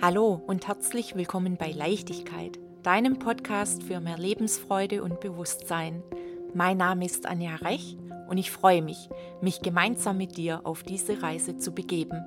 Hallo und herzlich willkommen bei Leichtigkeit, deinem Podcast für mehr Lebensfreude und Bewusstsein. Mein Name ist Anja Rech und ich freue mich, mich gemeinsam mit dir auf diese Reise zu begeben.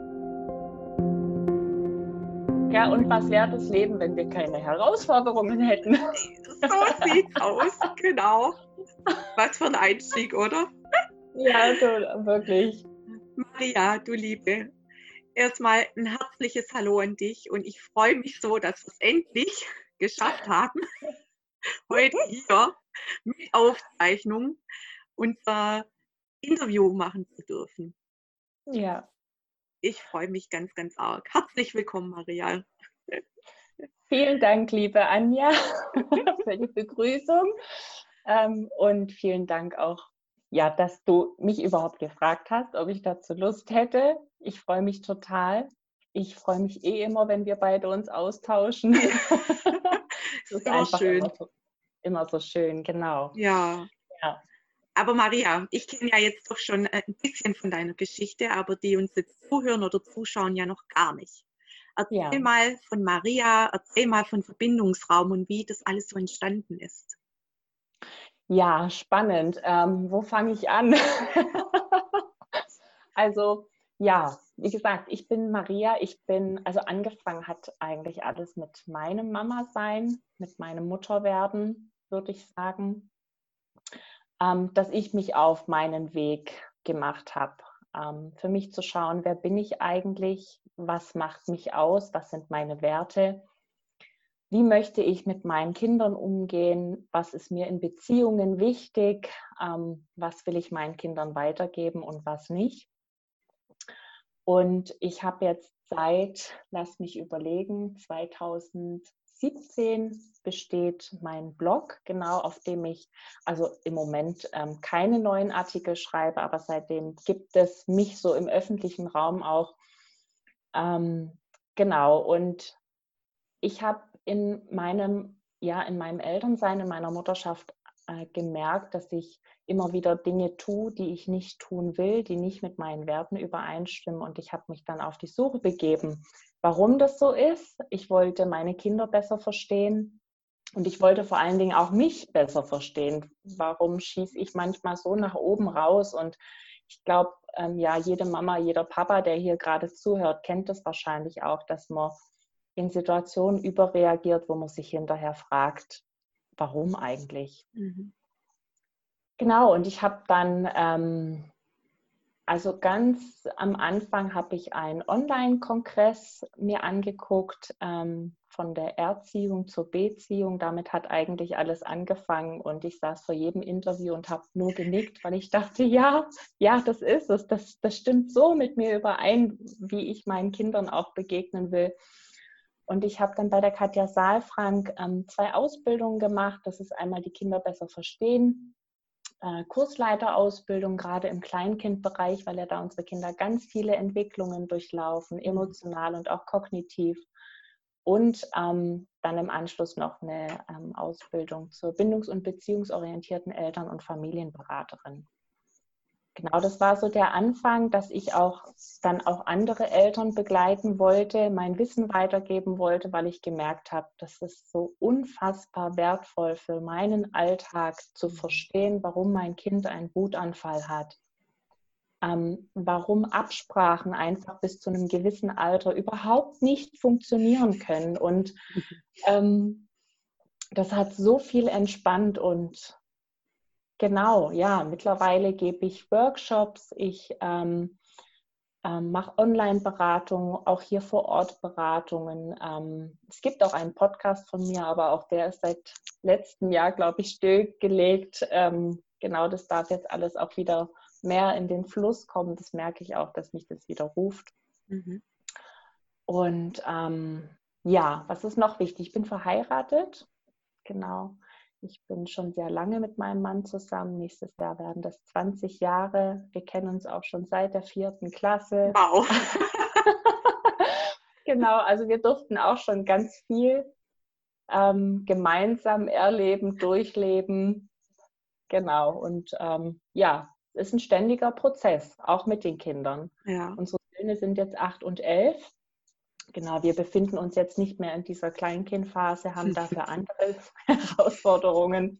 Ja, und was wäre das Leben, wenn wir keine Herausforderungen hätten? So sieht's aus, genau. Was für ein Einstieg, oder? Ja, so, wirklich. Maria, du Liebe, erstmal ein herzliches Hallo an dich und ich freue mich so, dass wir es endlich geschafft haben, heute hier mit Aufzeichnung unser Interview machen zu dürfen. Ja. Ich freue mich ganz, ganz arg. Herzlich willkommen, Maria. Vielen Dank, liebe Anja, für die Begrüßung. Und vielen Dank auch, ja, dass du mich überhaupt gefragt hast, ob ich dazu Lust hätte. Ich freue mich total. Ich freue mich immer, wenn wir beide uns austauschen. Das ist einfach schön. Immer so schön, genau. Ja. Ja. Aber Maria, ich kenne ja jetzt doch schon ein bisschen von deiner Geschichte, aber die uns jetzt zuhören oder zuschauen ja noch gar nicht. Erzähl mal von Maria, erzähl mal von Verbindungsraum und wie das alles so entstanden ist. Ja, spannend. Wo fange ich an? Also, ja, wie gesagt, ich bin Maria. Also angefangen hat eigentlich alles mit meinem Mama-Sein, mit meinem Mutterwerden, würde ich sagen, dass ich mich auf meinen Weg gemacht habe, für mich zu schauen, wer bin ich eigentlich, was macht mich aus, was sind meine Werte, wie möchte ich mit meinen Kindern umgehen, was ist mir in Beziehungen wichtig, was will ich meinen Kindern weitergeben und was nicht. Und ich habe jetzt lass mich überlegen, 2017 besteht mein Blog, genau, auf dem ich also im Moment keine neuen Artikel schreibe, aber seitdem gibt es mich so im öffentlichen Raum auch. Genau, und ich habe in meinem Elternsein, in meiner Mutterschaft gemerkt, dass ich immer wieder Dinge tue, die ich nicht tun will, die nicht mit meinen Werten übereinstimmen. Und ich habe mich dann auf die Suche begeben, warum das so ist. Ich wollte meine Kinder besser verstehen und ich wollte vor allen Dingen auch mich besser verstehen. Warum schieße ich manchmal so nach oben raus? Und ich glaube, jede Mama, jeder Papa, der hier gerade zuhört, kennt das wahrscheinlich auch, dass man in Situationen überreagiert, wo man sich hinterher fragt, warum eigentlich? Mhm. Genau, und ich habe dann, also ganz am Anfang habe ich einen Online-Kongress mir angeguckt, von der Erziehung zur Beziehung. Damit hat eigentlich alles angefangen und ich saß vor jedem Interview und habe nur genickt, weil ich dachte, ja, das ist es, das stimmt so mit mir überein, wie ich meinen Kindern auch begegnen will. Und ich habe dann bei der Katja Saalfrank 2 Ausbildungen gemacht. Das ist einmal die Kinder besser verstehen, Kursleiterausbildung, gerade im Kleinkindbereich, weil ja da unsere Kinder ganz viele Entwicklungen durchlaufen, emotional und auch kognitiv. Und dann im Anschluss noch eine Ausbildung zur bindungs- und beziehungsorientierten Eltern- und Familienberaterin. Genau, das war so der Anfang, dass ich dann auch andere Eltern begleiten wollte, mein Wissen weitergeben wollte, weil ich gemerkt habe, das ist so unfassbar wertvoll für meinen Alltag zu verstehen, warum mein Kind einen Wutanfall hat, warum Absprachen einfach bis zu einem gewissen Alter überhaupt nicht funktionieren können. Und das hat so viel entspannt und genau, ja, mittlerweile gebe ich Workshops, ich mache Online-Beratungen, auch hier vor Ort Beratungen. Es gibt auch einen Podcast von mir, aber auch der ist seit letztem Jahr, glaube ich, stillgelegt. Genau, das darf jetzt alles auch wieder mehr in den Fluss kommen. Das merke ich auch, dass mich das wieder ruft. Mhm. Und was ist noch wichtig? Ich bin verheiratet, genau. Ich bin schon sehr lange mit meinem Mann zusammen. Nächstes Jahr werden das 20 Jahre. Wir kennen uns auch schon seit der 4. Klasse. Wow. Genau, also wir durften auch schon ganz viel gemeinsam erleben, durchleben. Genau, und es ist ein ständiger Prozess, auch mit den Kindern. Ja. Unsere Söhne sind jetzt 8 und 11. Genau, wir befinden uns jetzt nicht mehr in dieser Kleinkindphase, haben dafür andere Herausforderungen.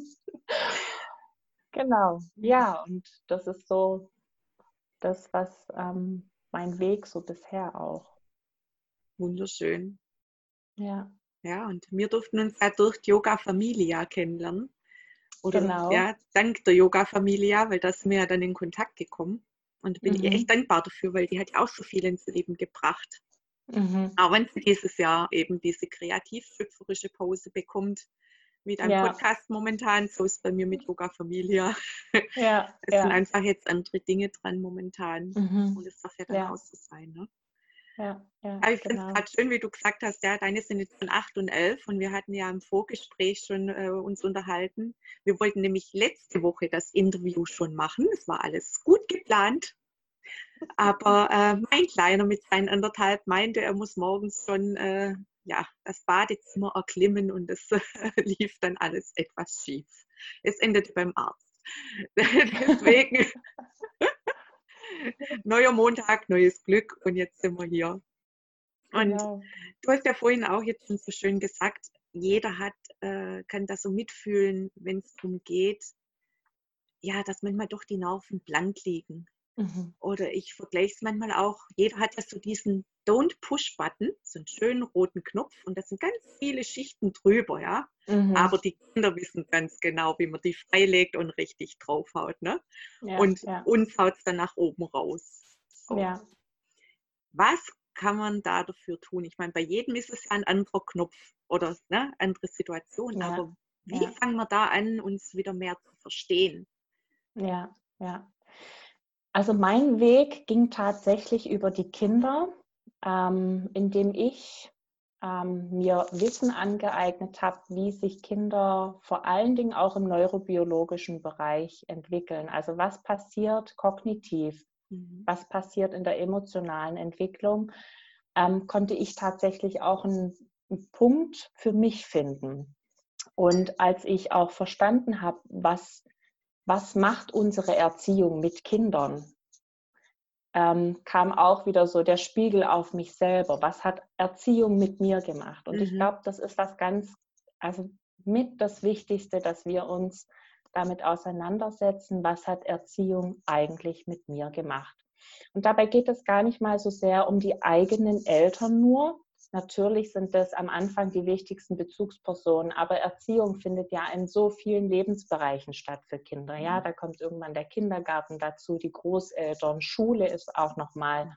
Genau, ja, und das ist so das, was mein Weg so bisher auch. Wunderschön. Ja, Ja, und wir durften uns ja durch die Yoga Familia kennenlernen. Oder genau. ja, dank der Yoga Familia, weil da sind wir ja dann in Kontakt gekommen. Und da bin ich echt dankbar dafür, weil die hat ja auch so viel ins Leben gebracht. Mhm. Auch wenn sie dieses Jahr eben diese kreativ-schöpferische Pause bekommt, wie dein Ja, Podcast momentan, so ist es bei mir mit Yoga Familia. ja, Es sind ja. einfach jetzt andere Dinge dran momentan. Und Mhm. es darf ja dann Ja, auch so sein. Ne? ja, ja, Aber ich finde es genau. gerade schön, wie du gesagt hast, ja, deine sind jetzt von 8 und 11 und wir hatten ja im Vorgespräch schon uns unterhalten. Wir wollten nämlich letzte Woche das Interview schon machen. Es war alles gut geplant. Aber mein Kleiner mit seinen 1,5 meinte, er muss morgens schon ja, das Badezimmer erklimmen und das lief dann alles etwas schief. Es endete beim Arzt. Deswegen neuer Montag, neues Glück und jetzt sind wir hier. Und Genau. du hast ja vorhin auch jetzt schon so schön gesagt, jeder kann das so mitfühlen, wenn es darum geht, ja, dass manchmal doch die Nerven blank liegen. Mhm. Oder ich vergleiche es manchmal auch, jeder hat ja so diesen Don't-Push-Button, so einen schönen roten Knopf und da sind ganz viele Schichten drüber, ja. Mhm. Aber die Kinder wissen ganz genau, wie man die freilegt und richtig draufhaut, ne? Ja, Und ja, uns haut es dann nach oben raus. So. ja, Was kann man da dafür tun? Ich meine, bei jedem ist es ja ein anderer Knopf oder ne, andere Situation, ja, aber wie ja, fangen wir da an, uns wieder mehr zu verstehen? ja, ja. Also mein Weg ging tatsächlich über die Kinder, indem ich mir Wissen angeeignet habe, wie sich Kinder vor allen Dingen auch im neurobiologischen Bereich entwickeln. Also was passiert kognitiv, Mhm. was passiert in der emotionalen Entwicklung, konnte ich tatsächlich auch einen Punkt für mich finden. Und als ich auch verstanden habe, was macht unsere Erziehung mit Kindern, kam auch wieder so der Spiegel auf mich selber. Was hat Erziehung mit mir gemacht? Und ich Mhm. glaube, das ist also mit das Wichtigste, dass wir uns damit auseinandersetzen, was hat Erziehung eigentlich mit mir gemacht. Und dabei geht es gar nicht mal so sehr um die eigenen Eltern nur. Natürlich sind das am Anfang die wichtigsten Bezugspersonen, aber Erziehung findet ja in so vielen Lebensbereichen statt für Kinder. Ja, da kommt irgendwann der Kindergarten dazu, die Großeltern, Schule ist auch nochmal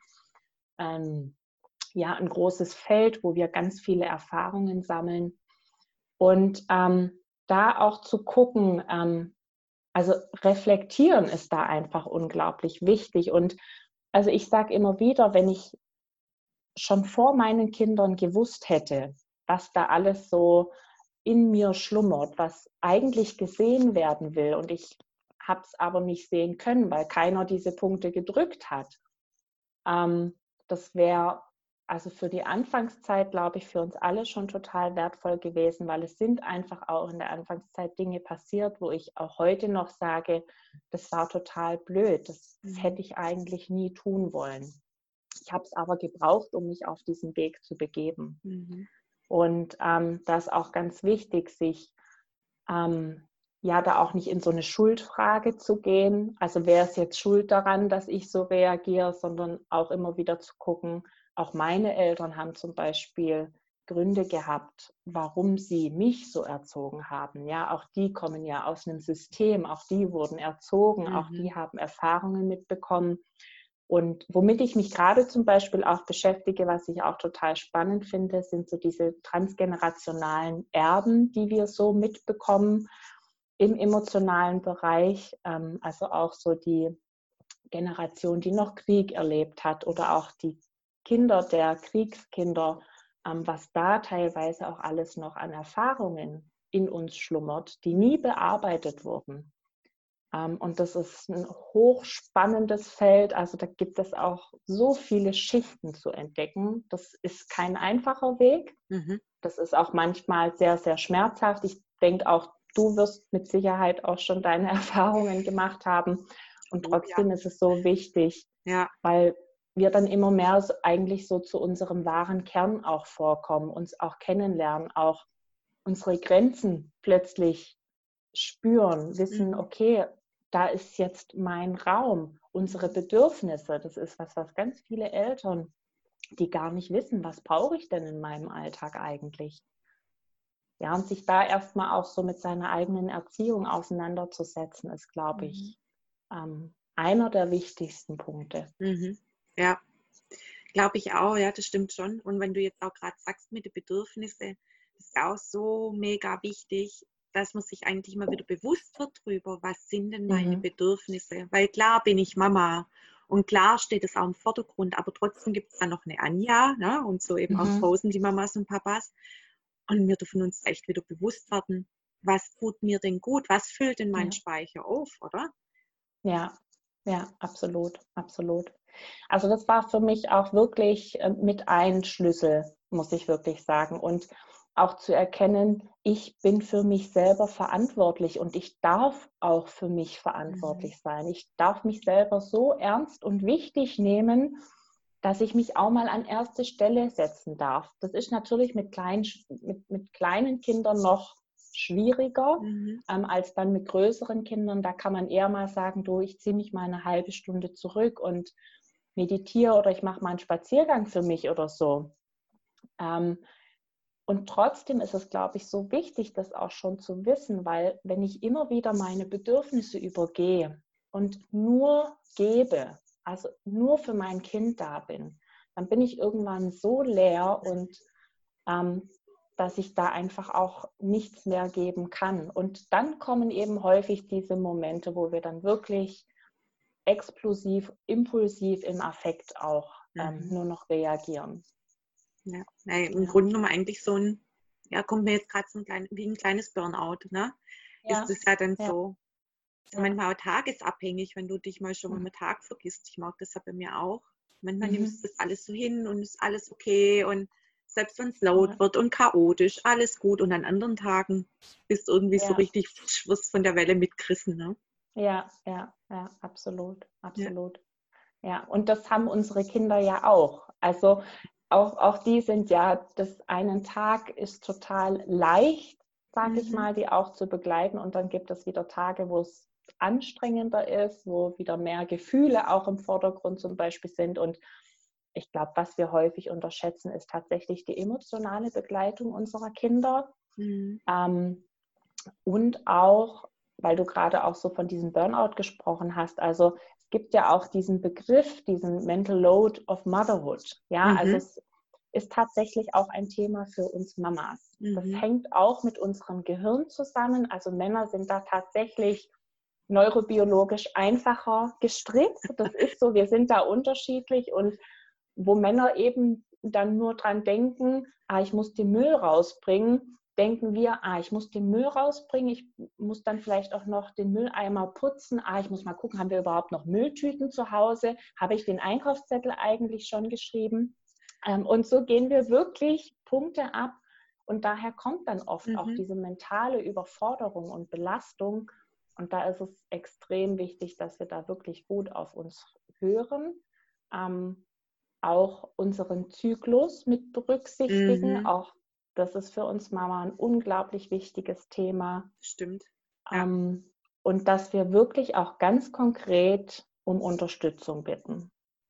ja, ein großes Feld, wo wir ganz viele Erfahrungen sammeln. Und da auch zu gucken, also reflektieren ist da einfach unglaublich wichtig. Und also ich sage immer wieder, wenn ich schon vor meinen Kindern gewusst hätte, was da alles so in mir schlummert, was eigentlich gesehen werden will und ich habe es aber nicht sehen können, weil keiner diese Punkte gedrückt hat. Das wäre also für die Anfangszeit, glaube ich, für uns alle schon total wertvoll gewesen, weil es sind einfach auch in der Anfangszeit Dinge passiert, wo ich auch heute noch sage, das war total blöd, das hätte ich eigentlich nie tun wollen. Ich habe es aber gebraucht, um mich auf diesen Weg zu begeben. Mhm. Und das ist auch ganz wichtig, sich ja da auch nicht in so eine Schuldfrage zu gehen. Also wer ist jetzt schuld daran, dass ich so reagiere, sondern auch immer wieder zu gucken, auch meine Eltern haben zum Beispiel Gründe gehabt, warum sie mich so erzogen haben. Ja, auch die kommen ja aus einem System, auch die wurden erzogen, auch die haben Erfahrungen mitbekommen. Und womit ich mich gerade zum Beispiel auch beschäftige, was ich auch total spannend finde, sind so diese transgenerationalen Erben, die wir so mitbekommen im emotionalen Bereich. Also auch so die Generation, die noch Krieg erlebt hat oder auch die Kinder der Kriegskinder, was da teilweise auch alles noch an Erfahrungen in uns schlummert, die nie bearbeitet wurden. Und das ist ein hochspannendes Feld. Also da gibt es auch so viele Schichten zu entdecken. Das ist kein einfacher Weg. Mhm. Das ist auch manchmal sehr, sehr schmerzhaft. Ich denke auch, du wirst mit Sicherheit auch schon deine Erfahrungen gemacht haben. Und Oh, trotzdem ist es so wichtig, ja. weil wir dann immer mehr eigentlich so zu unserem wahren Kern auch vorkommen, uns auch kennenlernen, auch unsere Grenzen plötzlich spüren, wissen, okay, da ist jetzt mein Raum, unsere Bedürfnisse. Das ist was ganz viele Eltern, die gar nicht wissen, was brauche ich denn in meinem Alltag eigentlich? Ja, und sich da erstmal auch so mit seiner eigenen Erziehung auseinanderzusetzen, ist, glaube ich, einer der wichtigsten Punkte. Ja, glaube ich auch, ja, das stimmt schon. Und wenn du jetzt auch gerade sagst mit den Bedürfnissen, das ist auch so mega wichtig, dass man sich eigentlich mal wieder bewusst wird drüber, was sind denn meine Bedürfnisse? Weil klar bin ich Mama und klar steht es auch im Vordergrund, aber trotzdem gibt es da noch eine Anja, ne? Und so eben auch draußen die Mamas und Papas. Und wir dürfen uns echt wieder bewusst werden, was tut mir denn gut, was füllt denn meinen Speicher auf, oder? Ja, absolut, absolut. Also das war für mich auch wirklich mit ein Schlüssel, muss ich wirklich sagen. Und auch zu erkennen, ich bin für mich selber verantwortlich und ich darf auch für mich verantwortlich sein. Ich darf mich selber so ernst und wichtig nehmen, dass ich mich auch mal an erste Stelle setzen darf. Das ist natürlich mit kleinen Kindern noch schwieriger als dann mit größeren Kindern. Da kann man eher mal sagen, du, ich ziehe mich mal eine halbe Stunde zurück und meditiere oder ich mache mal einen Spaziergang für mich oder so. Und trotzdem ist es, glaube ich, so wichtig, das auch schon zu wissen, weil wenn ich immer wieder meine Bedürfnisse übergehe und nur gebe, also nur für mein Kind da bin, dann bin ich irgendwann so leer und dass ich da einfach auch nichts mehr geben kann. Und dann kommen eben häufig diese Momente, wo wir dann wirklich explosiv, impulsiv im Affekt auch nur noch reagieren. Ja, im Grunde genommen eigentlich so ein, kommt mir jetzt gerade so wie ein kleines Burnout, ne? Ist es ja dann so. Ist manchmal auch tagesabhängig, wenn du dich mal schon mal am Tag vergisst. Ich mag das ja bei mir auch. Manchmal nimmst du das alles so hin und ist alles okay und selbst wenn es laut wird und chaotisch, alles gut. Und an anderen Tagen bist du irgendwie so richtig, wirst von der Welle mitgerissen, ne? Ja, absolut, absolut. Ja, und das haben unsere Kinder ja auch. Also auch die sind ja, das einen Tag ist total leicht, sage ich mal, die auch zu begleiten. Und dann gibt es wieder Tage, wo es anstrengender ist, wo wieder mehr Gefühle auch im Vordergrund zum Beispiel sind. Und ich glaube, was wir häufig unterschätzen, ist tatsächlich die emotionale Begleitung unserer Kinder. Und auch, weil du gerade auch so von diesem Burnout gesprochen hast, also es gibt ja auch diesen Begriff, diesen Mental Load of Motherhood. Ja, also es ist tatsächlich auch ein Thema für uns Mamas. Das hängt auch mit unserem Gehirn zusammen. Also Männer sind da tatsächlich neurobiologisch einfacher gestrickt. Das ist so, wir sind da unterschiedlich und wo Männer eben dann nur dran denken, ich muss den Müll rausbringen, denken wir, ich muss den Müll rausbringen, ich muss dann vielleicht auch noch den Mülleimer putzen, ich muss mal gucken, haben wir überhaupt noch Mülltüten zu Hause, habe ich den Einkaufszettel eigentlich schon geschrieben? Und so gehen wir wirklich Punkte ab und daher kommt dann oft auch diese mentale Überforderung und Belastung und da ist es extrem wichtig, dass wir da wirklich gut auf uns hören, auch unseren Zyklus mit berücksichtigen, auch das ist für uns Mama ein unglaublich wichtiges Thema. Stimmt. Und dass wir wirklich auch ganz konkret um Unterstützung bitten.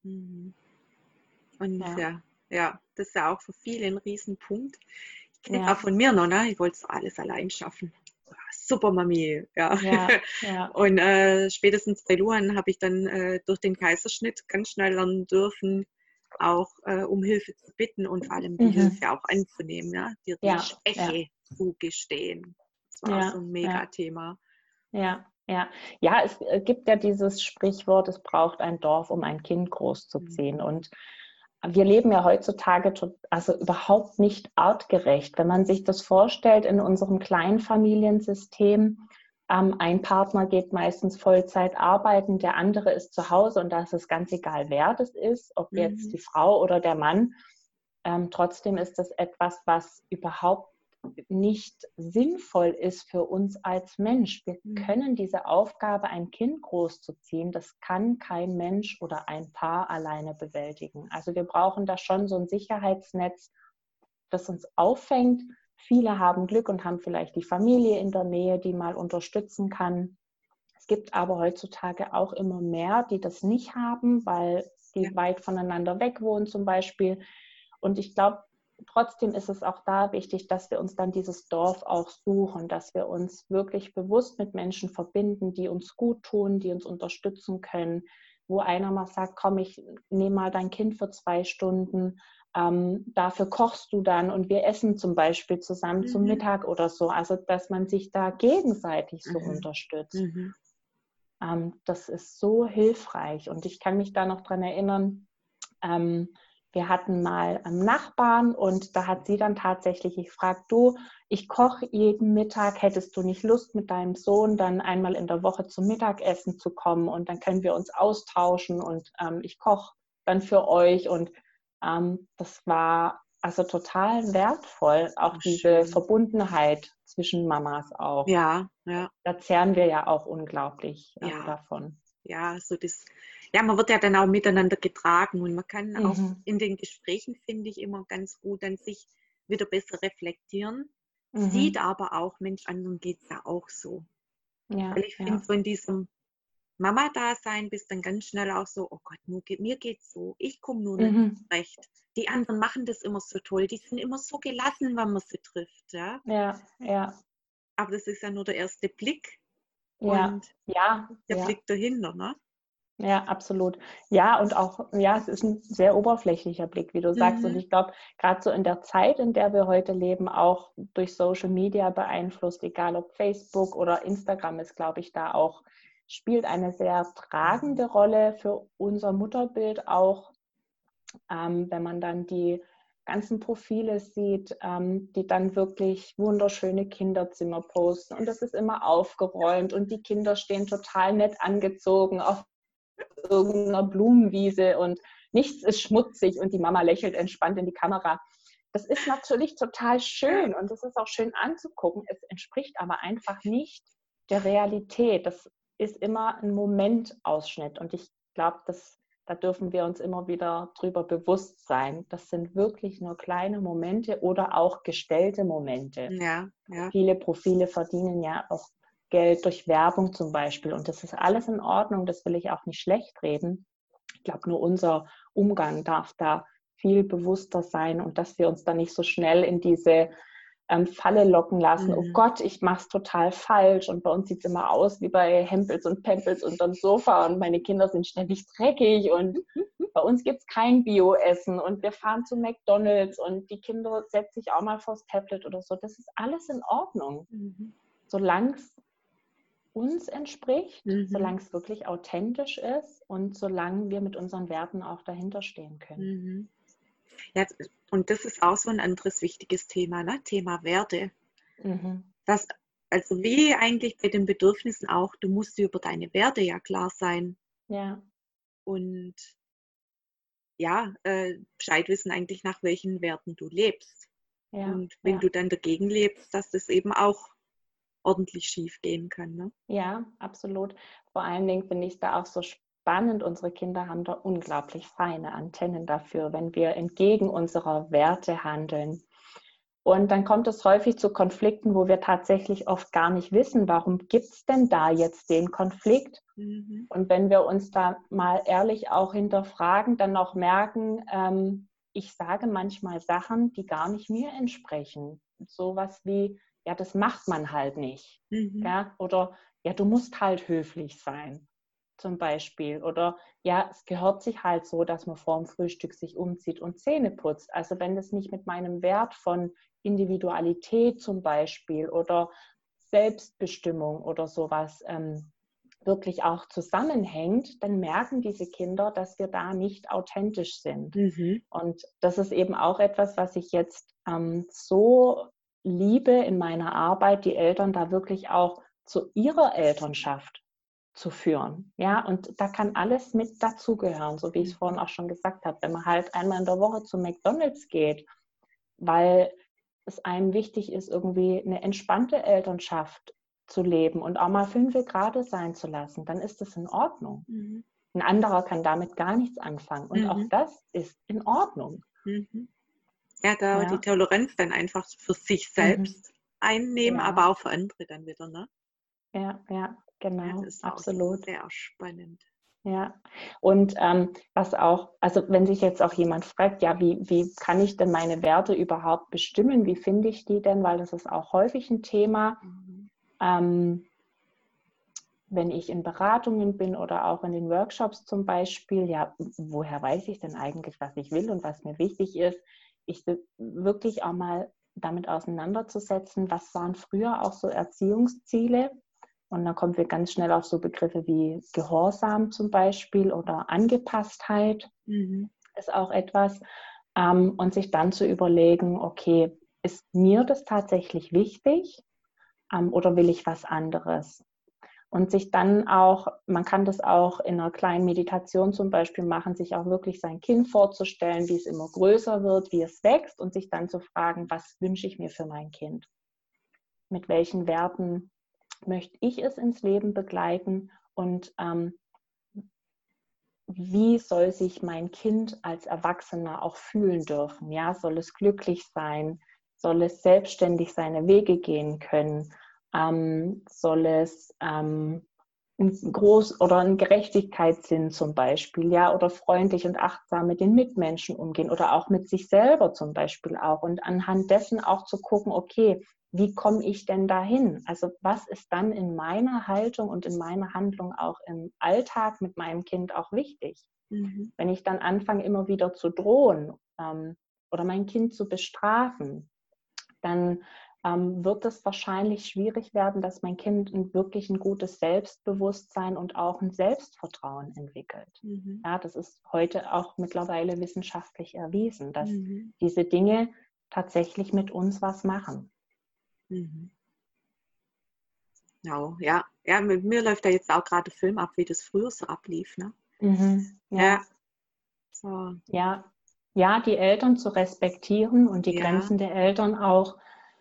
Und das ist ja auch für viele ein Riesenpunkt. Ich kenne auch von mir noch, ne? Ich wollte es alles allein schaffen. Super Mami, Und spätestens bei Luan habe ich dann durch den Kaiserschnitt ganz schnell lernen dürfen, auch um Hilfe zu bitten und vor allem die Hilfe auch anzunehmen, dir die Schwäche zugestehen. Das war auch so ein Mega-Thema. Ja, es gibt ja dieses Sprichwort, es braucht ein Dorf, um ein Kind großzuziehen. Und wir leben ja heutzutage also überhaupt nicht artgerecht. Wenn man sich das vorstellt in unserem Kleinfamiliensystem, ein Partner geht meistens Vollzeit arbeiten, der andere ist zu Hause und da ist es ganz egal, wer das ist, ob jetzt die Frau oder der Mann. Trotzdem ist das etwas, was überhaupt nicht sinnvoll ist für uns als Mensch. Wir können diese Aufgabe, ein Kind großzuziehen, das kann kein Mensch oder ein Paar alleine bewältigen. Also wir brauchen da schon so ein Sicherheitsnetz, das uns auffängt. Viele haben Glück und haben vielleicht die Familie in der Nähe, die mal unterstützen kann. Es gibt aber heutzutage auch immer mehr, die das nicht haben, weil die weit voneinander weg wohnen zum Beispiel. Und ich glaube, trotzdem ist es auch da wichtig, dass wir uns dann dieses Dorf auch suchen, dass wir uns wirklich bewusst mit Menschen verbinden, die uns gut tun, die uns unterstützen können, wo einer mal sagt, komm, ich nehme mal dein Kind für 2 Stunden, dafür kochst du dann und wir essen zum Beispiel zusammen zum Mittag oder so. Also, dass man sich da gegenseitig so unterstützt. Das ist so hilfreich. Und ich kann mich da noch dran erinnern, wir hatten mal einen Nachbarn und da hat sie dann tatsächlich gefragt, du, ich koche jeden Mittag, hättest du nicht Lust mit deinem Sohn dann einmal in der Woche zum Mittagessen zu kommen und dann können wir uns austauschen und ich koche dann für euch und das war also total wertvoll, auch diese Verbundenheit zwischen Mamas auch. Ja. Da zehren wir ja auch unglaublich davon. Ja, so das, man wird ja dann auch miteinander getragen und man kann auch in den Gesprächen, finde ich, immer ganz gut an sich wieder besser reflektieren. Sieht aber auch, Mensch, anderen geht es ja auch so. Ja, Weil ich finde, so in diesem Mama-Dasein bist dann ganz schnell auch so, oh Gott, mir geht's so, ich komme nur nicht zurecht. Die anderen machen das immer so toll, die sind immer so gelassen, wenn man sie trifft. Ja. Aber das ist ja nur der erste Blick und der Blick dahinter, ne? Ja, absolut. Ja, und auch, es ist ein sehr oberflächlicher Blick, wie du sagst. Und ich glaube, gerade so in der Zeit, in der wir heute leben, auch durch Social Media beeinflusst, egal ob Facebook oder Instagram ist, glaube ich, da auch, spielt eine sehr tragende Rolle für unser Mutterbild auch, wenn man dann die ganzen Profile sieht, die dann wirklich wunderschöne Kinderzimmer posten. Und das ist immer aufgeräumt und die Kinder stehen total nett angezogen auf irgendeiner Blumenwiese und nichts ist schmutzig und die Mama lächelt entspannt in die Kamera. Das ist natürlich total schön und das ist auch schön anzugucken. Es entspricht aber einfach nicht der Realität. Das ist immer ein Momentausschnitt und ich glaube, da dürfen wir uns immer wieder drüber bewusst sein. Das sind wirklich nur kleine Momente oder auch gestellte Momente. Ja. Viele Profile verdienen ja auch Geld durch Werbung zum Beispiel. Und das ist alles in Ordnung, das will ich auch nicht schlecht reden. Ich glaube, nur unser Umgang darf da viel bewusster sein und dass wir uns da nicht so schnell in diese Falle locken lassen. Oh Gott, ich mache es total falsch und bei uns sieht es immer aus wie bei Hempels und Pempels unterm Sofa und meine Kinder sind ständig dreckig und bei uns gibt es kein Bio-Essen und wir fahren zu McDonald's und die Kinder setzen sich auch mal vors Tablet oder so. Das ist alles in Ordnung. Solange es uns entspricht, solange es wirklich authentisch ist und solange wir mit unseren Werten auch dahinter stehen können. Ja, und das ist auch so ein anderes wichtiges Thema, ne? Thema Werte. Das, also wie eigentlich bei den Bedürfnissen auch, du musst dir über deine Werte ja klar sein. Ja. Und Bescheid wissen eigentlich, nach welchen Werten du lebst. Und wenn du dann dagegen lebst, dass das eben auch ordentlich schief gehen kann. Ne? Ja, absolut. Vor allen Dingen finde ich es da auch so spannend. Unsere Kinder haben da unglaublich feine Antennen dafür, wenn wir entgegen unserer Werte handeln. Und dann kommt es häufig zu Konflikten, wo wir tatsächlich oft gar nicht wissen, warum gibt es denn da jetzt den Konflikt? Und wenn wir uns da mal ehrlich auch hinterfragen, dann auch merken, ich sage manchmal Sachen, die gar nicht mir entsprechen. Sowas wie, ja, das macht man halt nicht. Ja? Oder, ja, du musst halt höflich sein, zum Beispiel. Oder, ja, es gehört sich halt so, dass man vor dem Frühstück sich umzieht und Zähne putzt. Also wenn das nicht mit meinem Wert von Individualität zum Beispiel oder Selbstbestimmung oder sowas wirklich auch zusammenhängt, dann merken diese Kinder, dass wir da nicht authentisch sind. Und das ist eben auch etwas, was ich jetzt so liebe in meiner Arbeit, die Eltern da wirklich auch zu ihrer Elternschaft zu führen. Ja, und da kann alles mit dazugehören, so wie ich es vorhin auch schon gesagt habe. Wenn man halt einmal in der Woche zu McDonald's geht, weil es einem wichtig ist, irgendwie eine entspannte Elternschaft zu leben und auch mal 5 Grad sein zu lassen, dann ist das in Ordnung. Mhm. Ein anderer kann damit gar nichts anfangen und auch Mhm. das ist in Ordnung. Mhm. Ja, da die Ja, Toleranz dann einfach für sich mhm. selbst einnehmen, aber Ja, auch für andere dann wieder, ne? ja, Ja, das genau, ist auch absolut. sehr spannend. Ja, und was auch, also wenn sich jetzt auch jemand fragt, ja, wie kann ich denn meine Werte überhaupt bestimmen? Wie finde ich die denn? Weil das ist auch häufig ein Thema. Mhm. Ähm, Wenn ich in Beratungen bin oder auch in den Workshops zum Beispiel, ja, woher weiß ich denn eigentlich, was ich will und was mir wichtig ist? Ich wirklich auch mal damit auseinanderzusetzen, was waren früher auch so Erziehungsziele? Und dann kommen wir ganz schnell auf so Begriffe wie Gehorsam zum Beispiel oder Angepasstheit Mhm. ist auch etwas. Und sich dann zu überlegen, okay, ist mir das tatsächlich wichtig oder will ich was anderes? Und sich dann auch, man kann das auch in einer kleinen Meditation zum Beispiel machen, sich auch wirklich sein Kind vorzustellen, wie es immer größer wird, wie es wächst und sich dann zu fragen, was wünsche ich mir für mein Kind? Mit welchen Werten möchte ich es ins Leben begleiten und wie soll sich mein Kind als Erwachsener auch fühlen dürfen? Ja, soll es glücklich sein? Soll es selbstständig seine Wege gehen können? Soll es ein Groß- oder ein Gerechtigkeitssinn zum Beispiel, ja, oder freundlich und achtsam mit den Mitmenschen umgehen oder auch mit sich selber zum Beispiel auch und anhand dessen auch zu gucken, okay, wie komme ich denn dahin? Also was ist dann in meiner Haltung und in meiner Handlung auch im Alltag mit meinem Kind auch wichtig? Mhm. Wenn ich dann anfange, immer wieder zu drohen oder mein Kind zu bestrafen, dann wird es wahrscheinlich schwierig werden, dass mein Kind wirklich ein gutes Selbstbewusstsein und auch ein Selbstvertrauen entwickelt. Mhm. Ja, das ist heute auch mittlerweile wissenschaftlich erwiesen, dass Mhm. diese Dinge tatsächlich mit uns was machen. Mhm. Genau, ja. Ja, mit mir läuft da jetzt auch gerade Film ab, wie das früher so ablief, ne? Mhm. Ja, Ja, so, ja, ja, die Eltern zu respektieren und die ja. Grenzen der Eltern auch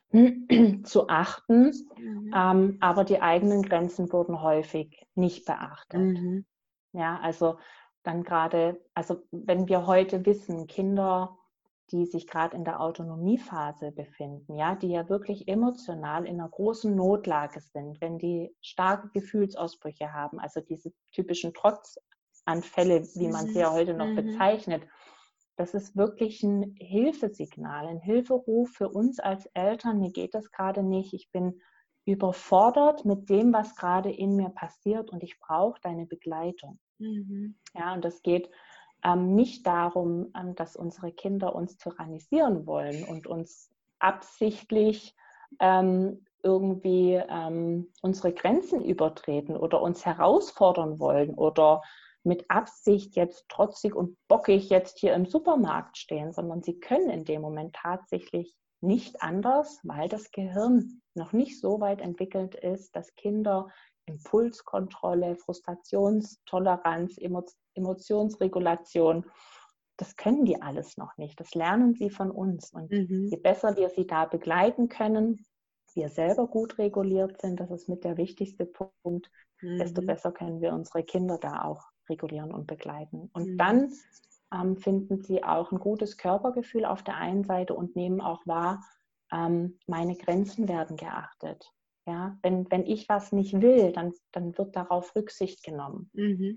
zu achten, Mhm. aber die eigenen Grenzen wurden häufig nicht beachtet. Mhm. Ja, also dann gerade, also wenn wir heute wissen, Kinder, die sich gerade in der Autonomiephase befinden, ja, die ja wirklich emotional in einer großen Notlage sind, wenn die starke Gefühlsausbrüche haben, also diese typischen Trotzanfälle, wie man sie Mhm. ja heute noch Mhm. bezeichnet, das ist wirklich ein Hilfesignal, ein Hilferuf für uns als Eltern. Mir geht das gerade nicht, ich bin überfordert mit dem, was gerade in mir passiert und ich brauche deine Begleitung. Mhm. Ja, und es geht nicht darum, dass unsere Kinder uns tyrannisieren wollen und uns absichtlich irgendwie unsere Grenzen übertreten oder uns herausfordern wollen oder mit Absicht jetzt trotzig und bockig jetzt hier im Supermarkt stehen, sondern sie können in dem Moment tatsächlich nicht anders, weil das Gehirn noch nicht so weit entwickelt ist, dass Kinder Impulskontrolle, Frustrationstoleranz, Emotionsregulation, das können die alles noch nicht. Das lernen sie von uns. Und Mhm. je besser wir sie da begleiten können, wir selber gut reguliert sind, das ist mit der wichtigste Punkt, desto Mhm. besser können wir unsere Kinder da auch regulieren und begleiten. Und Mhm. dann finden sie auch ein gutes Körpergefühl auf der einen Seite und nehmen auch wahr, meine Grenzen werden geachtet. Ja, wenn ich was nicht will, dann wird darauf Rücksicht genommen. Mhm.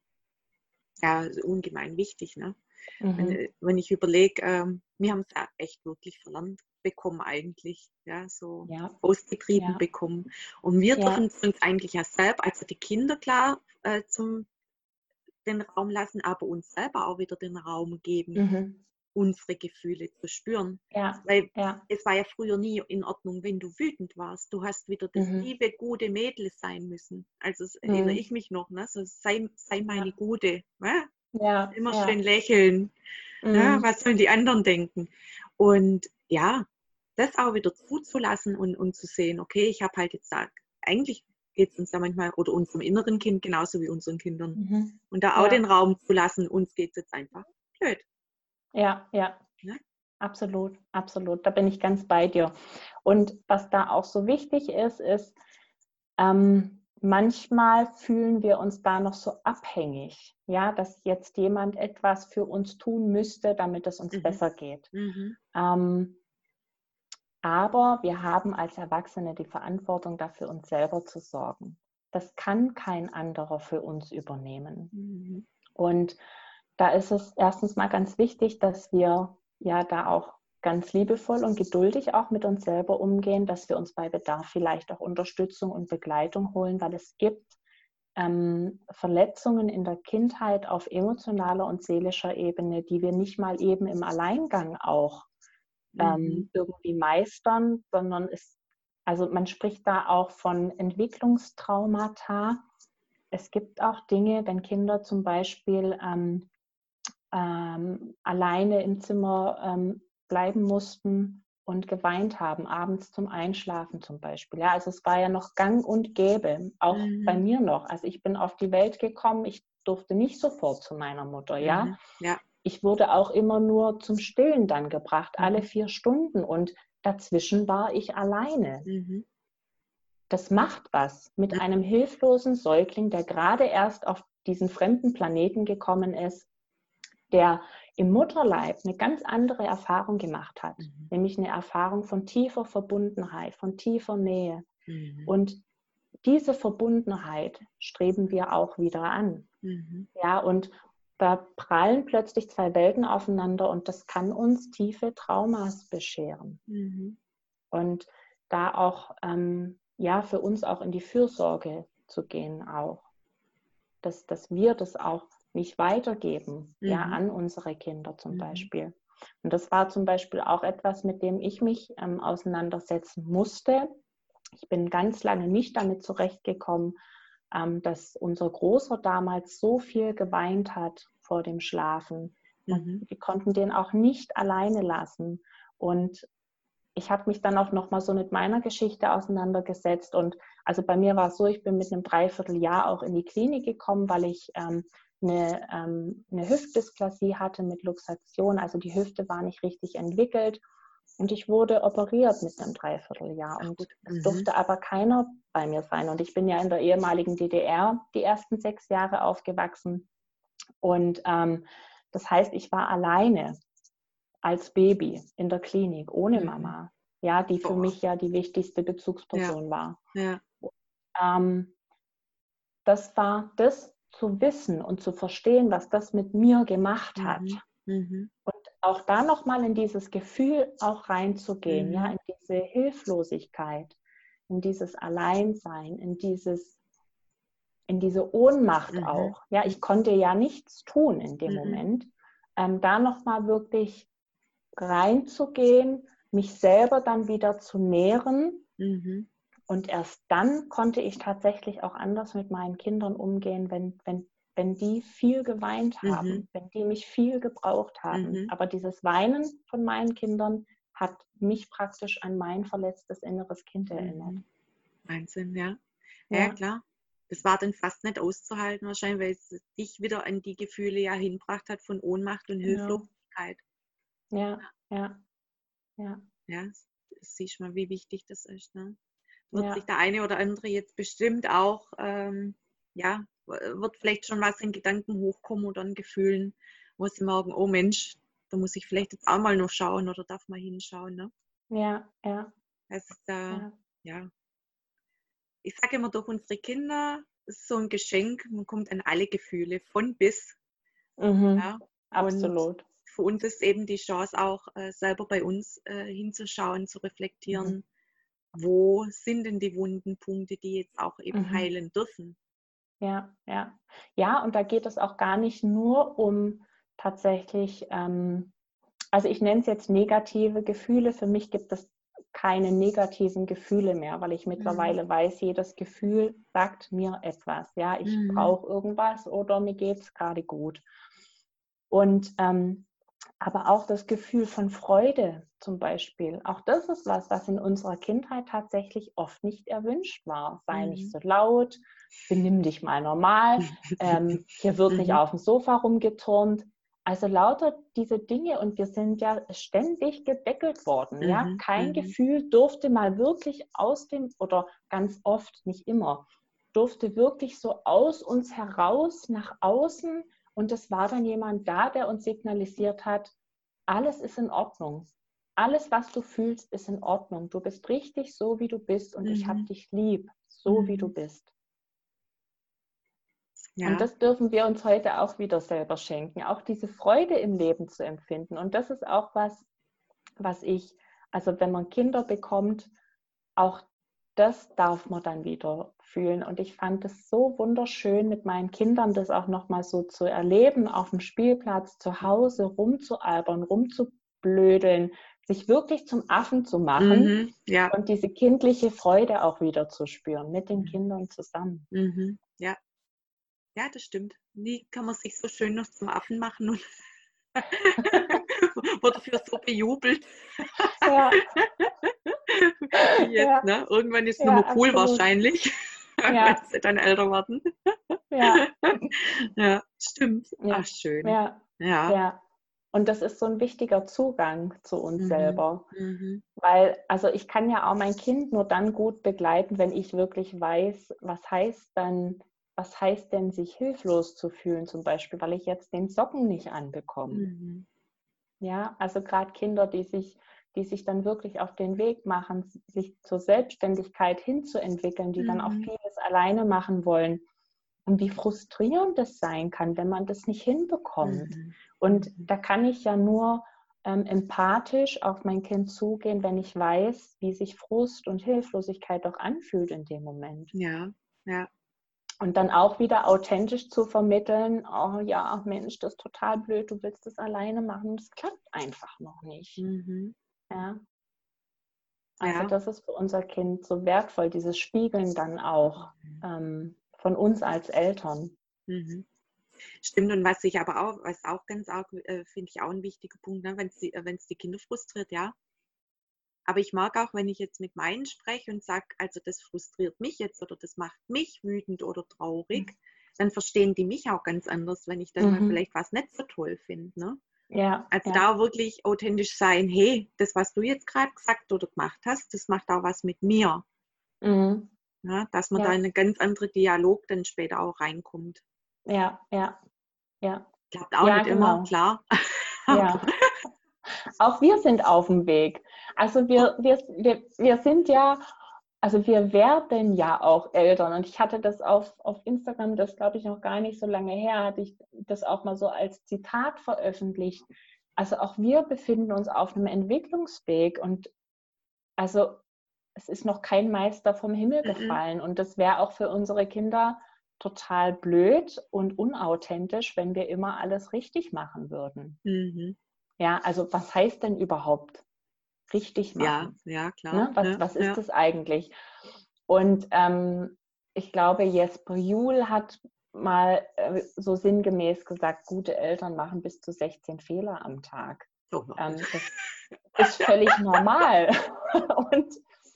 Ja, also ungemein wichtig, ne? Mhm. Wenn ich überlege, wir haben es ja echt wirklich verlernt bekommen eigentlich, ja, so Ja, ausgetrieben ja, bekommen. Und wir dürfen ja. es uns eigentlich ja selbst, also die Kinder klar, den Raum lassen, aber uns selber auch wieder den Raum geben, Mhm. unsere Gefühle zu spüren. Ja, Weil ja. es war ja früher nie in Ordnung, wenn du wütend warst. Du hast wieder das Mhm. liebe, gute Mädel sein müssen. Also das erinnere Mhm. ich mich noch, ne? So, sei meine Ja, Gute. Ne? ja, Immer schön ja. lächeln. Ne? Mhm. Was sollen die anderen denken? Und ja, das auch wieder zuzulassen und zu sehen, okay, ich habe halt jetzt da, eigentlich geht es uns ja manchmal oder unserem inneren Kind genauso wie unseren Kindern. Mhm. Und da auch den Ja, Raum zu lassen, uns geht es jetzt einfach blöd. ja, ja. Ne? absolut, absolut. Da bin ich ganz bei dir. Und was da auch so wichtig ist, manchmal fühlen wir uns da noch so abhängig, ja, dass jetzt jemand etwas für uns tun müsste, damit es uns besser geht. Aber wir haben als Erwachsene die Verantwortung, dafür uns selber zu sorgen. Das kann kein anderer für uns übernehmen. Und da ist es erstens mal ganz wichtig, dass wir ja da auch ganz liebevoll und geduldig auch mit uns selber umgehen, dass wir uns bei Bedarf vielleicht auch Unterstützung und Begleitung holen, weil es gibt Verletzungen in der Kindheit auf emotionaler und seelischer Ebene, die wir nicht mal eben im Alleingang auch irgendwie meistern, sondern also man spricht da auch von Entwicklungstraumata. Es gibt auch Dinge, wenn Kinder zum Beispiel alleine im Zimmer bleiben mussten und geweint haben, abends zum Einschlafen zum Beispiel. Ja, also es war ja noch gang und gäbe, auch bei mir noch. Also ich bin auf die Welt gekommen, ich durfte nicht sofort zu meiner Mutter, ja. Ich wurde auch immer nur zum Stillen dann gebracht, alle 4 Stunden und dazwischen war ich alleine. Das macht was mit einem hilflosen Säugling, der gerade erst auf diesen fremden Planeten gekommen ist, der im Mutterleib eine ganz andere Erfahrung gemacht hat, nämlich eine Erfahrung von tiefer Verbundenheit, von tiefer Nähe. Und diese Verbundenheit streben wir auch wieder an. Ja, und da prallen plötzlich 2 Welten aufeinander und das kann uns tiefe Traumas bescheren. Und da auch ja, für uns auch in die Fürsorge zu gehen auch, dass wir das auch nicht weitergeben, ja, an unsere Kinder zum Beispiel. Und das war zum Beispiel auch etwas, mit dem ich mich auseinandersetzen musste. Ich bin ganz lange nicht damit zurechtgekommen, dass unser Großer damals so viel geweint hat vor dem Schlafen. Wir konnten den auch nicht alleine lassen. Und ich habe mich dann auch nochmal so mit meiner Geschichte auseinandergesetzt. Und also bei mir war es so, ich bin mit einem Dreivierteljahr auch in die Klinik gekommen, weil ich eine Hüftdysplasie hatte mit Luxation. Also die Hüfte war nicht richtig entwickelt. Und ich wurde operiert mit einem Dreivierteljahr. Und es durfte aber keiner bei mir sein. Und ich bin ja in der ehemaligen DDR die ersten 6 Jahre aufgewachsen. Und das heißt, ich war alleine als Baby in der Klinik, ohne Mama. Ja, die für mich ja die wichtigste Bezugsperson war. Das war das zu wissen und zu verstehen, was das mit mir gemacht hat. Und auch da nochmal in dieses Gefühl auch reinzugehen, ja, in diese Hilflosigkeit, in dieses Alleinsein, in diese Ohnmacht auch. Ja, ich konnte ja nichts tun in dem Moment. Da nochmal wirklich reinzugehen, mich selber dann wieder zu nähren. Und erst dann konnte ich tatsächlich auch anders mit meinen Kindern umgehen, wenn die viel geweint haben, wenn die mich viel gebraucht haben. Aber dieses Weinen von meinen Kindern hat mich praktisch an mein verletztes inneres Kind erinnert. Wahnsinn, ja. Ja, klar. Das war dann fast nicht auszuhalten wahrscheinlich, weil es dich wieder an die Gefühle ja hinbracht hat von Ohnmacht und Hilflosigkeit. Ja. Siehst mal, wie wichtig das ist. Ne? Wird sich der eine oder andere jetzt bestimmt auch, wird vielleicht schon was in Gedanken hochkommen oder in Gefühlen, wo sie merken, oh Mensch, da muss ich vielleicht jetzt auch mal noch schauen oder darf mal hinschauen. Ne? Das ist, ich sage immer, durch unsere Kinder ist so ein Geschenk, man kommt an alle Gefühle, von bis. Absolut. Und für uns ist eben die Chance auch, selber bei uns hinzuschauen, zu reflektieren, wo sind denn die wunden Punkte, die jetzt auch eben heilen dürfen. Ja, und da geht es auch gar nicht nur um tatsächlich, also ich nenne es jetzt negative Gefühle. Für mich gibt es keine negativen Gefühle mehr, weil ich mittlerweile weiß, jedes Gefühl sagt mir etwas. Ja, ich brauche irgendwas oder mir geht es gerade gut. Und aber auch das Gefühl von Freude zum Beispiel, auch das ist was in unserer Kindheit tatsächlich oft nicht erwünscht war. Sei nicht so laut, benimm dich mal normal, hier wird nicht auf dem Sofa rumgeturnt. Also lauter diese Dinge, und wir sind ja ständig gedeckelt worden. Ja? Kein Gefühl durfte mal wirklich aus dem, oder ganz oft, nicht immer, durfte wirklich so aus uns heraus nach außen, und es war dann jemand da, der uns signalisiert hat, alles ist in Ordnung. Alles, was du fühlst, ist in Ordnung. Du bist richtig so, wie du bist, und ich habe dich lieb, so wie du bist. Ja. Und das dürfen wir uns heute auch wieder selber schenken, auch diese Freude im Leben zu empfinden. Und das ist auch was ich, also wenn man Kinder bekommt, auch das darf man dann wieder fühlen. Und ich fand es so wunderschön, mit meinen Kindern das auch nochmal so zu erleben, auf dem Spielplatz, zu Hause rumzualbern, rumzublödeln, sich wirklich zum Affen zu machen Ja. und diese kindliche Freude auch wieder zu spüren, mit den Kindern zusammen. Ja. Ja, das stimmt. Nie kann man sich so schön noch zum Affen machen und wurde dafür so bejubelt. Ja. Wie jetzt, Ja. ne? Irgendwann ist es Ja, nur mal cool absolut. wahrscheinlich, Ja. wenn sie dann älter werden. Ja. Ja, stimmt. Ja. Ach, schön. Ja. Ja. Ja. Und das ist so ein wichtiger Zugang zu uns selber. Mhm. Weil, also ich kann ja auch mein Kind nur dann gut begleiten, wenn ich wirklich weiß, was heißt denn, sich hilflos zu fühlen, zum Beispiel, weil ich jetzt den Socken nicht anbekomme. Ja, also gerade Kinder, die sich dann wirklich auf den Weg machen, sich zur Selbstständigkeit hinzuentwickeln, die dann auch vieles alleine machen wollen. Und wie frustrierend das sein kann, wenn man das nicht hinbekommt. Und da kann ich ja nur empathisch auf mein Kind zugehen, wenn ich weiß, wie sich Frust und Hilflosigkeit auch anfühlt in dem Moment. Ja, ja. Und dann auch wieder authentisch zu vermitteln, oh ja, Mensch, das ist total blöd, du willst das alleine machen, das klappt einfach noch nicht. Ja. Also das ist für unser Kind so wertvoll, dieses Spiegeln dann auch von uns als Eltern. Stimmt, und was auch ganz arg, finde ich auch ein wichtiger Punkt, ne, wenn es die Kinder frustriert, ja. Aber ich mag auch, wenn ich jetzt mit meinen spreche und sage, also das frustriert mich jetzt oder das macht mich wütend oder traurig, dann verstehen die mich auch ganz anders, wenn ich dann mal vielleicht was nicht so toll finde. Ne? Ja, also da wirklich authentisch sein, hey, das, was du jetzt gerade gesagt oder gemacht hast, das macht auch was mit mir. Ja, dass man da in einen ganz anderen Dialog dann später auch reinkommt. Ja. Klappt auch nicht immer, klar. Ja. Auch wir sind auf dem Weg. Also wir sind ja, also wir werden ja auch Eltern. Und ich hatte das auf Instagram, das glaube ich noch gar nicht so lange her, hatte ich das auch mal so als Zitat veröffentlicht. Also auch wir befinden uns auf einem Entwicklungsweg, und also es ist noch kein Meister vom Himmel gefallen. Und das wäre auch für unsere Kinder total blöd und unauthentisch, wenn wir immer alles richtig machen würden. Ja, also was heißt denn überhaupt richtig machen? Ja, klar. Ne? Was ist das eigentlich? Und ich glaube, Jesper Juhl hat mal so sinngemäß gesagt, gute Eltern machen bis zu 16 Fehler am Tag. Das ist völlig normal. Und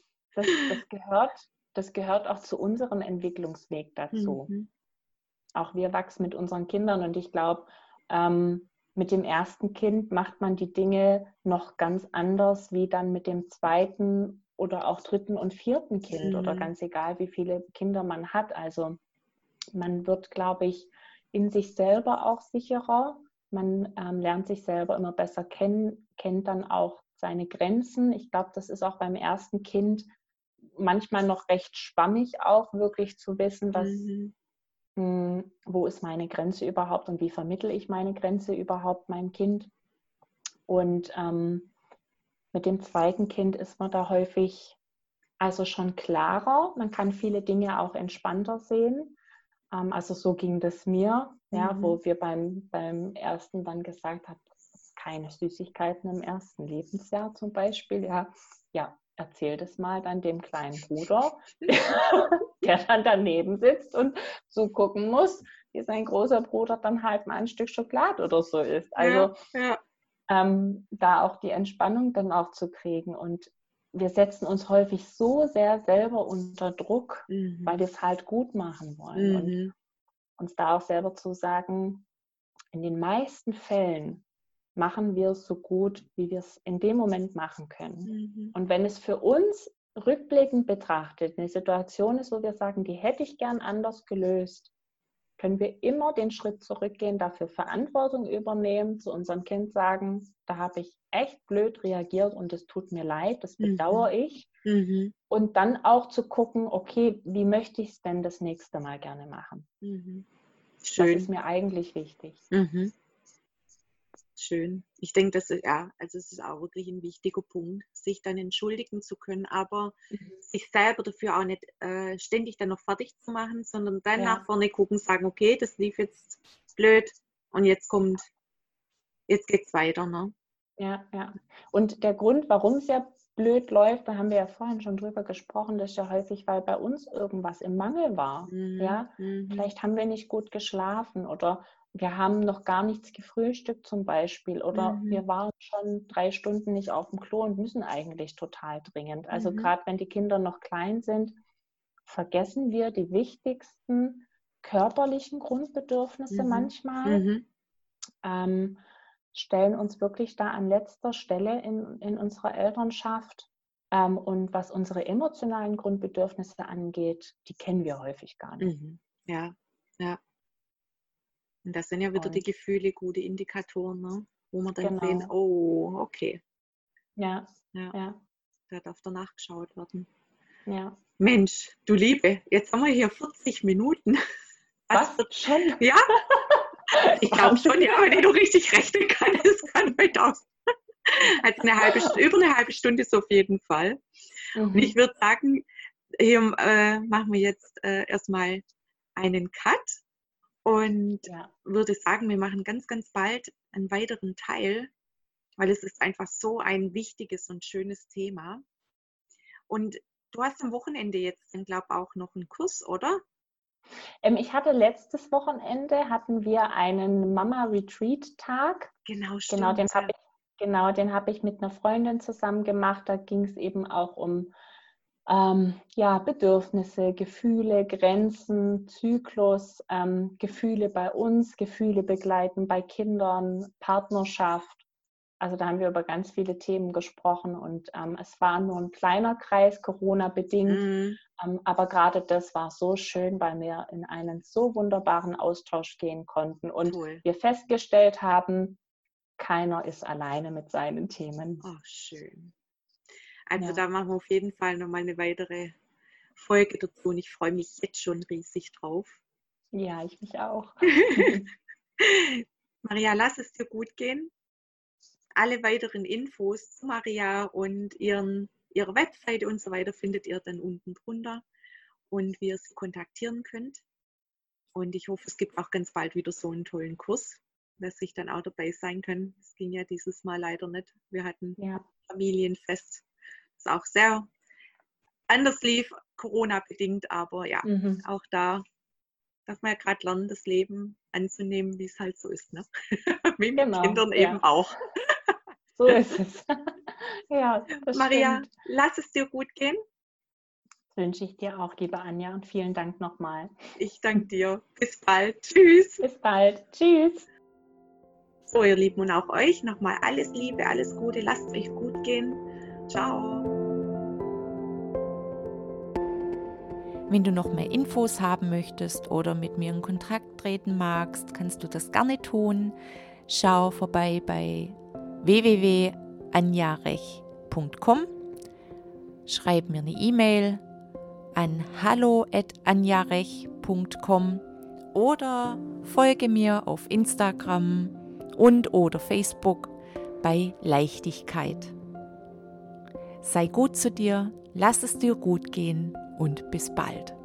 das gehört auch zu unserem Entwicklungsweg dazu. Auch wir wachsen mit unseren Kindern, und ich glaube, mit dem ersten Kind macht man die Dinge noch ganz anders wie dann mit dem zweiten oder auch dritten und vierten Kind oder ganz egal, wie viele Kinder man hat. Also man wird, glaube ich, in sich selber auch sicherer. Man lernt sich selber immer besser kennen, kennt dann auch seine Grenzen. Ich glaube, das ist auch beim ersten Kind manchmal noch recht schwammig, auch wirklich zu wissen, wo ist meine Grenze überhaupt und wie vermittle ich meine Grenze überhaupt meinem Kind. Und mit dem zweiten Kind ist man da häufig also schon klarer. Man kann viele Dinge auch entspannter sehen. Also so ging das mir, ja, wo wir beim ersten dann gesagt haben, keine Süßigkeiten im ersten Lebensjahr zum Beispiel. Ja, erzähl das mal dann dem kleinen Bruder, der dann daneben sitzt und zugucken muss, wie sein großer Bruder dann halt mal ein Stück Schokolade oder so isst. Also da auch die Entspannung dann auch zu kriegen. Und wir setzen uns häufig so sehr selber unter Druck, weil wir es halt gut machen wollen. Und uns da auch selber zu sagen, in den meisten Fällen machen wir es so gut, wie wir es in dem Moment machen können. Und wenn es für uns rückblickend betrachtet eine Situation ist, wo wir sagen, die hätte ich gern anders gelöst, können wir immer den Schritt zurückgehen, dafür Verantwortung übernehmen, zu unserem Kind sagen, da habe ich echt blöd reagiert und es tut mir leid, das bedauere ich. Und dann auch zu gucken, okay, wie möchte ich es denn das nächste Mal gerne machen? Schön. Das ist mir eigentlich wichtig. Schön. Ich denke, das ist, also es ist auch wirklich ein wichtiger Punkt, sich dann entschuldigen zu können, aber sich selber dafür auch nicht ständig dann noch fertig zu machen, sondern dann nach vorne gucken, sagen, okay, das lief jetzt blöd und jetzt geht's weiter, ne? Ja. Und der Grund, warum es ja blöd läuft, da haben wir ja vorhin schon drüber gesprochen, das ist ja häufig, weil bei uns irgendwas im Mangel war. Vielleicht haben wir nicht gut geschlafen oder wir haben noch gar nichts gefrühstückt zum Beispiel oder wir waren schon 3 Stunden nicht auf dem Klo und müssen eigentlich total dringend. Also gerade wenn die Kinder noch klein sind, vergessen wir die wichtigsten körperlichen Grundbedürfnisse manchmal, stellen uns wirklich da an letzter Stelle in unserer Elternschaft. Und was unsere emotionalen Grundbedürfnisse angeht, die kennen wir häufig gar nicht. Ja. Und das sind ja wieder die Gefühle gute Indikatoren, ne? Wo man dann sehen, oh, okay. Ja. Da darf danach geschaut werden. Ja. Mensch, du Liebe, jetzt haben wir hier 40 Minuten. Was? Schon? Ja, ich glaube schon, ja, wenn ich noch richtig rechnen kann, das kann heute aus. Also über eine halbe Stunde ist auf jeden Fall. Und ich würde sagen, hier machen wir jetzt erstmal einen Cut und würde sagen, wir machen ganz, ganz bald einen weiteren Teil, weil es ist einfach so ein wichtiges und schönes Thema. Und du hast am Wochenende jetzt, glaube ich, auch noch einen Kurs, oder? Ich hatte letztes Wochenende, hatten wir einen Mama-Retreat-Tag. Genau, stimmt. Den habe ich mit einer Freundin zusammen gemacht. Da ging es eben auch um Bedürfnisse, Gefühle, Grenzen, Zyklus, Gefühle bei uns, Gefühle begleiten bei Kindern, Partnerschaft. Also da haben wir über ganz viele Themen gesprochen und es war nur ein kleiner Kreis, Corona-bedingt. Aber gerade das war so schön, weil wir in einen so wunderbaren Austausch gehen konnten und wir festgestellt haben, keiner ist alleine mit seinen Themen. Oh, schön. Also da machen wir auf jeden Fall nochmal eine weitere Folge dazu und ich freue mich jetzt schon riesig drauf. Ja, ich mich auch. Maria, lass es dir gut gehen. Alle weiteren Infos zu Maria und ihrer Webseite und so weiter findet ihr dann unten drunter und wie ihr sie kontaktieren könnt. Und ich hoffe, es gibt auch ganz bald wieder so einen tollen Kurs, dass ich dann auch dabei sein kann. Das ging ja dieses Mal leider nicht. Wir hatten Familienfest, das auch sehr anders lief, Corona-bedingt, aber auch da darf man ja gerade lernen, das Leben anzunehmen, wie es halt so ist. Ne? Mit den Kindern eben auch. So ist es. Ja, das Maria, stimmt. lass es dir gut gehen. Das wünsche ich dir auch, liebe Anja, und vielen Dank nochmal. Ich danke dir. Bis bald. Tschüss. Bis bald. Tschüss. So, ihr Lieben, und auch euch nochmal alles Liebe, alles Gute. Lasst es euch gut gehen. Ciao. Wenn du noch mehr Infos haben möchtest oder mit mir in Kontakt treten magst, kannst du das gerne tun. Schau vorbei bei www.anjarech.com. Schreib mir eine E-Mail an hallo@anjarech.com oder folge mir auf Instagram und/oder Facebook bei Leichtigkeit. Sei gut zu dir, lass es dir gut gehen und bis bald.